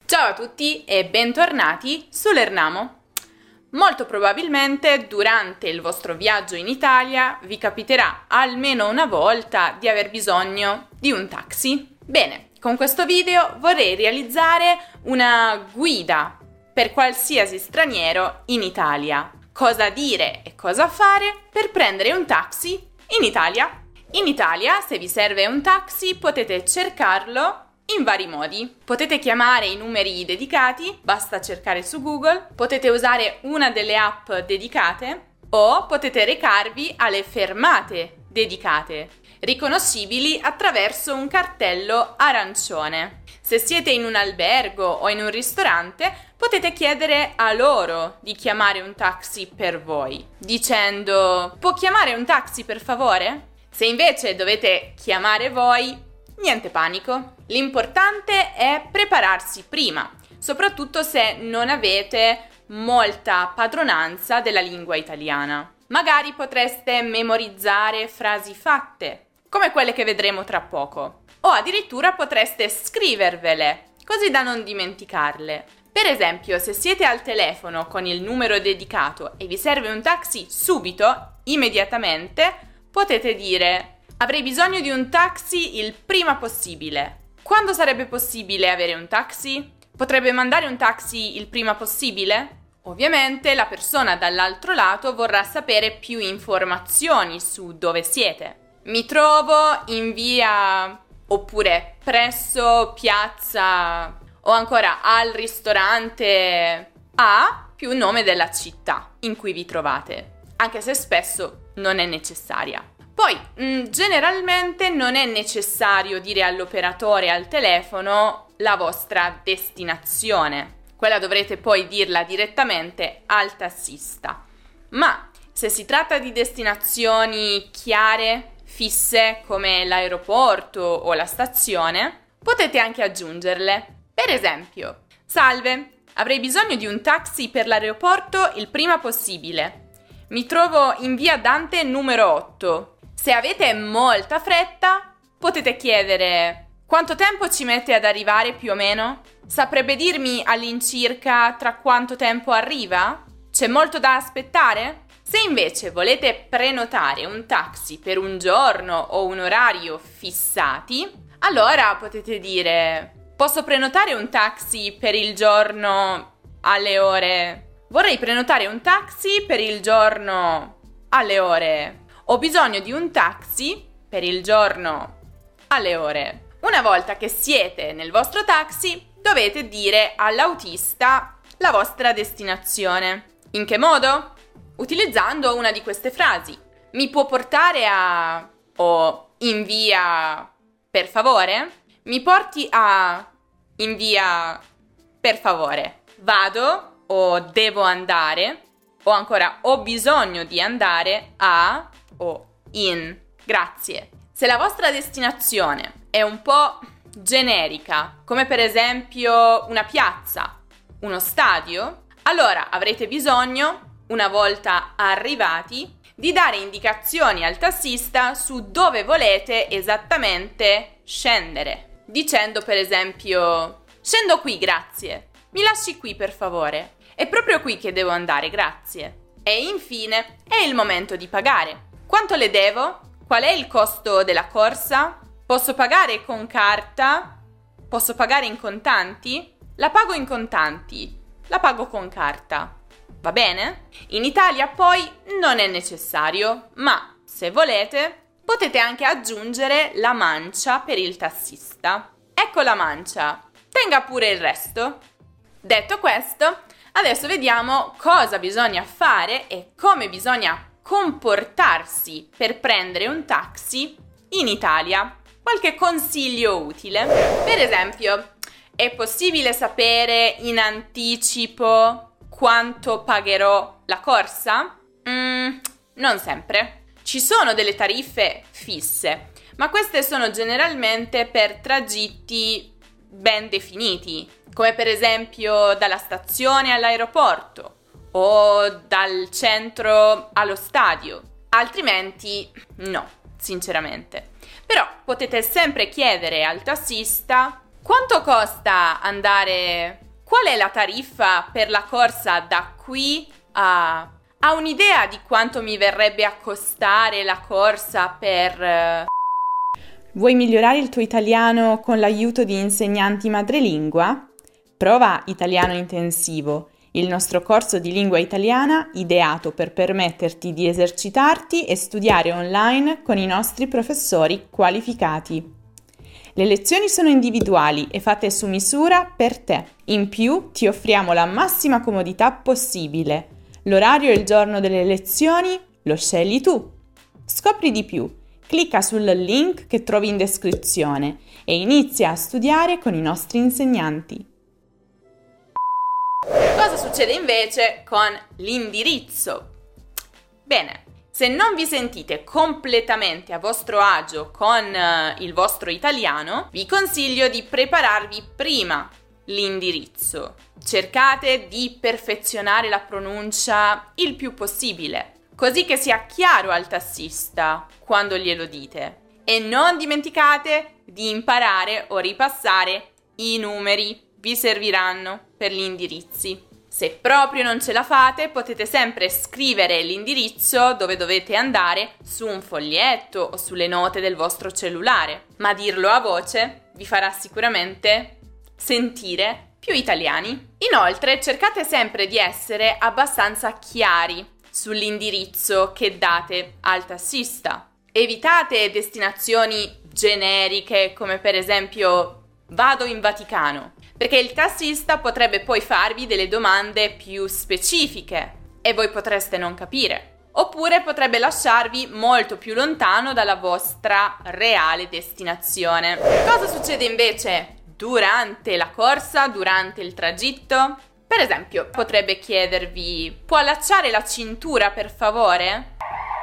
Ciao a tutti e bentornati su Lernamo. Molto probabilmente durante il vostro viaggio in Italia vi capiterà almeno una volta di aver bisogno di un taxi. Bene, con questo video vorrei realizzare una guida per qualsiasi straniero in Italia. Cosa dire e cosa fare per prendere un taxi in Italia. In Italia, se vi serve un taxi, potete cercarlo in vari modi. Potete chiamare i numeri dedicati, basta cercare su Google, potete usare una delle app dedicate o potete recarvi alle fermate dedicate, riconoscibili attraverso un cartello arancione. Se siete in un albergo o in un ristorante, potete chiedere a loro di chiamare un taxi per voi, dicendo: "Può chiamare un taxi per favore?" Se invece dovete chiamare voi, niente panico. L'importante è prepararsi prima, soprattutto se non avete molta padronanza della lingua italiana. Magari potreste memorizzare frasi fatte, come quelle che vedremo tra poco, o addirittura potreste scrivervele, così da non dimenticarle. Per esempio, se siete al telefono con il numero dedicato e vi serve un taxi subito, immediatamente, potete dire: "Avrei bisogno di un taxi il prima possibile." Quando sarebbe possibile avere un taxi? Potrebbe mandare un taxi il prima possibile? Ovviamente la persona dall'altro lato vorrà sapere più informazioni su dove siete. "Mi trovo in via", oppure "presso piazza", o ancora "al ristorante A", più nome della città in cui vi trovate, anche se spesso non è necessaria. Poi, generalmente non è necessario dire all'operatore al telefono la vostra destinazione. Quella dovrete poi dirla direttamente al tassista. Ma se si tratta di destinazioni chiare, fisse, come l'aeroporto o la stazione, potete anche aggiungerle. Per esempio: "Salve, avrei bisogno di un taxi per l'aeroporto il prima possibile. Mi trovo in via Dante numero 8. Se avete molta fretta, potete chiedere: "Quanto tempo ci mette ad arrivare più o meno? Saprebbe dirmi all'incirca tra quanto tempo arriva? C'è molto da aspettare?" Se invece volete prenotare un taxi per un giorno o un orario fissati, allora potete dire: "Posso prenotare un taxi per il giorno alle ore... Vorrei prenotare un taxi per il giorno alle ore... Ho bisogno di un taxi per il giorno alle ore." Una volta che siete nel vostro taxi, dovete dire all'autista la vostra destinazione. In che modo? Utilizzando una di queste frasi: "Mi può portare a..." o "in via per favore?" "Mi porti a... in via per favore." "Vado" o "devo andare", o ancora "ho bisogno di andare a..." o "in, grazie." Se la vostra destinazione è un po' generica, come per esempio una piazza, uno stadio, allora avrete bisogno, una volta arrivati, di dare indicazioni al tassista su dove volete esattamente scendere, dicendo per esempio: "Scendo qui, grazie. Mi lasci qui per favore. È proprio qui che devo andare, grazie." E infine è il momento di pagare. "Quanto le devo? Qual è il costo della corsa? Posso pagare con carta? Posso pagare in contanti? La pago in contanti. La pago con carta." Va bene? In Italia poi non è necessario, ma se volete potete anche aggiungere la mancia per il tassista. "Ecco la mancia. Tenga pure il resto." Detto questo, adesso vediamo cosa bisogna fare e come bisogna comportarsi per prendere un taxi in Italia. Qualche consiglio utile. Per esempio, è possibile sapere in anticipo quanto pagherò la corsa? Non sempre. Ci sono delle tariffe fisse, ma queste sono generalmente per tragitti ben definiti, come per esempio dalla stazione all'aeroporto o dal centro allo stadio. Altrimenti no, sinceramente. Però potete sempre chiedere al tassista Quanto costa andare? Qual è la tariffa per la corsa da qui a... Ha un'idea di quanto mi verrebbe a costare la corsa per... Vuoi migliorare il tuo italiano con l'aiuto di insegnanti madrelingua? Prova Italiano Intensivo, il nostro corso di lingua italiana ideato per permetterti di esercitarti e studiare online con i nostri professori qualificati. Le lezioni sono individuali e fatte su misura per te. In più ti offriamo la massima comodità possibile. L'orario e il giorno delle lezioni lo scegli tu. Scopri di più. Clicca sul link che trovi in descrizione e inizia a studiare con i nostri insegnanti. Cosa succede invece con l'indirizzo? Bene, se non vi sentite completamente a vostro agio con il vostro italiano, vi consiglio di prepararvi prima l'indirizzo. Cercate di perfezionare la pronuncia il più possibile, così che sia chiaro al tassista quando glielo dite. E non dimenticate di imparare o ripassare i numeri, vi serviranno per gli indirizzi. Se proprio non ce la fate, potete sempre scrivere l'indirizzo dove dovete andare su un foglietto o sulle note del vostro cellulare, ma dirlo a voce vi farà sicuramente sentire più italiani. Inoltre, cercate sempre di essere abbastanza chiari sull'indirizzo che date al tassista. Evitate destinazioni generiche come per esempio vado in Vaticano, perché il tassista potrebbe poi farvi delle domande più specifiche e voi potreste non capire. Oppure potrebbe lasciarvi molto più lontano dalla vostra reale destinazione. Cosa succede invece durante la corsa, durante il tragitto? Per esempio, potrebbe chiedervi: può allacciare la cintura per favore?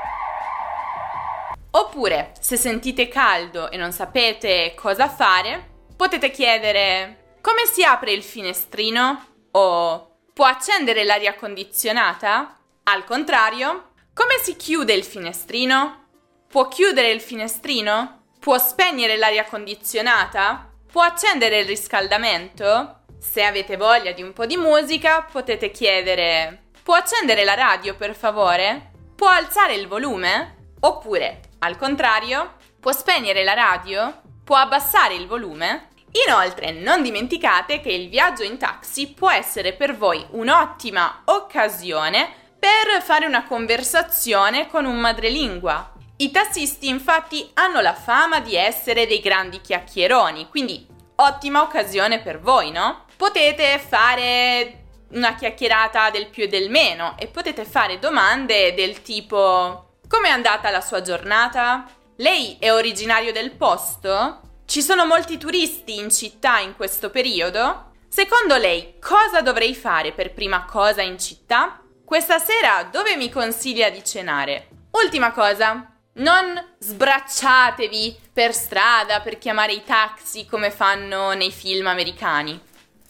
Oppure, se sentite caldo e non sapete cosa fare, potete chiedere: come si apre il finestrino? O può accendere l'aria condizionata? Al contrario, come si chiude il finestrino? Può chiudere il finestrino? Può spegnere l'aria condizionata? Può accendere il riscaldamento? Se avete voglia di un po' di musica, potete chiedere: può accendere la radio per favore? Può alzare il volume? Oppure, al contrario, può spegnere la radio? Può abbassare il volume? Inoltre, non dimenticate che il viaggio in taxi può essere per voi un'ottima occasione per fare una conversazione con un madrelingua. I tassisti infatti hanno la fama di essere dei grandi chiacchieroni, quindi ottima occasione per voi, no? Potete fare una chiacchierata del più e del meno e potete fare domande del tipo: com'è andata la sua giornata? Lei è originario del posto? Ci sono molti turisti in città in questo periodo? Secondo lei, cosa dovrei fare per prima cosa in città? Questa sera dove mi consiglia di cenare? Ultima cosa, non sbracciatevi per strada per chiamare i taxi come fanno nei film americani.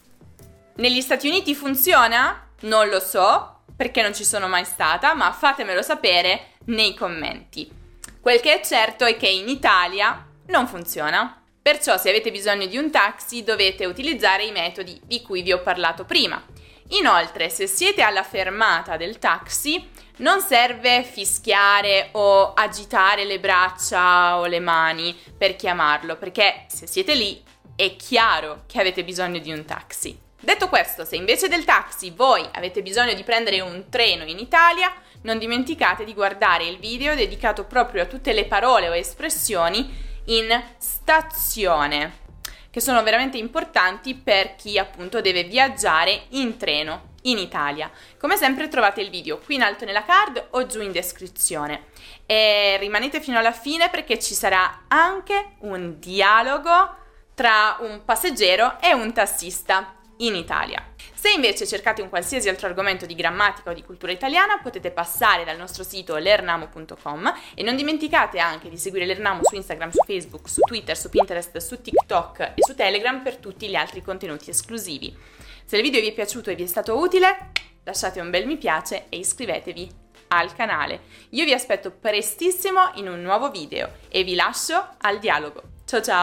Negli Stati Uniti funziona? Non lo so, perché non ci sono mai stata, ma fatemelo sapere nei commenti. Quel che è certo è che in Italia non funziona. Perciò se avete bisogno di un taxi dovete utilizzare i metodi di cui vi ho parlato prima. Inoltre, se siete alla fermata del taxi, non serve fischiare o agitare le braccia o le mani per chiamarlo, perché se siete lì è chiaro che avete bisogno di un taxi. Detto questo, se invece del taxi voi avete bisogno di prendere un treno in Italia, non dimenticate di guardare il video dedicato proprio a tutte le parole o espressioni in stazione, che sono veramente importanti per chi appunto deve viaggiare in treno in Italia. Come sempre trovate il video qui in alto nella card o giù in descrizione e rimanete fino alla fine perché ci sarà anche un dialogo tra un passeggero e un tassista in Italia. Se invece cercate un qualsiasi altro argomento di grammatica o di cultura italiana, potete passare dal nostro sito lernamo.com e non dimenticate anche di seguire Lernamo su Instagram, su Facebook, su Twitter, su Pinterest, su TikTok e su Telegram per tutti gli altri contenuti esclusivi. Se il video vi è piaciuto e vi è stato utile, lasciate un bel mi piace e iscrivetevi al canale. Io vi aspetto prestissimo in un nuovo video e vi lascio al dialogo. Ciao ciao!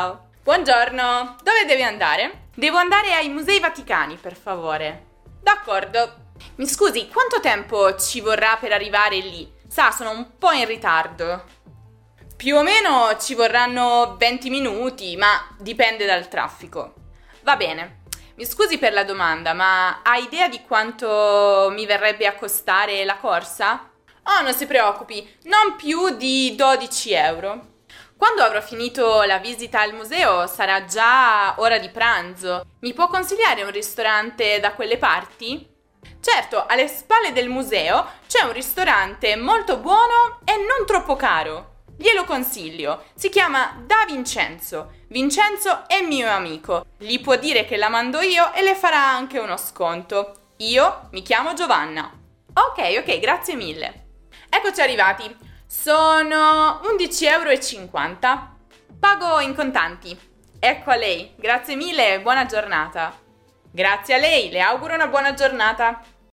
Buongiorno, dove devi andare? Devo andare ai Musei Vaticani, per favore. D'accordo. Mi scusi, quanto tempo ci vorrà per arrivare lì? Sa, sono un po' in ritardo. Più o meno ci vorranno 20 minuti, ma dipende dal traffico. Va bene. Mi scusi per la domanda, ma ha idea di quanto mi verrebbe a costare la corsa? Oh, non si preoccupi, non più di 12 euro. Quando avrò finito la visita al museo sarà già ora di pranzo. Mi può consigliare un ristorante da quelle parti? Certo, alle spalle del museo c'è un ristorante molto buono e non troppo caro. Glielo consiglio, si chiama Da Vincenzo. Vincenzo è mio amico, gli può dire che la mando io e le farà anche uno sconto. Io mi chiamo Giovanna. Ok, grazie mille. Eccoci arrivati, sono 11,50 euro. Pago in contanti. Ecco a lei, grazie mille e buona giornata. Grazie a lei, le auguro una buona giornata.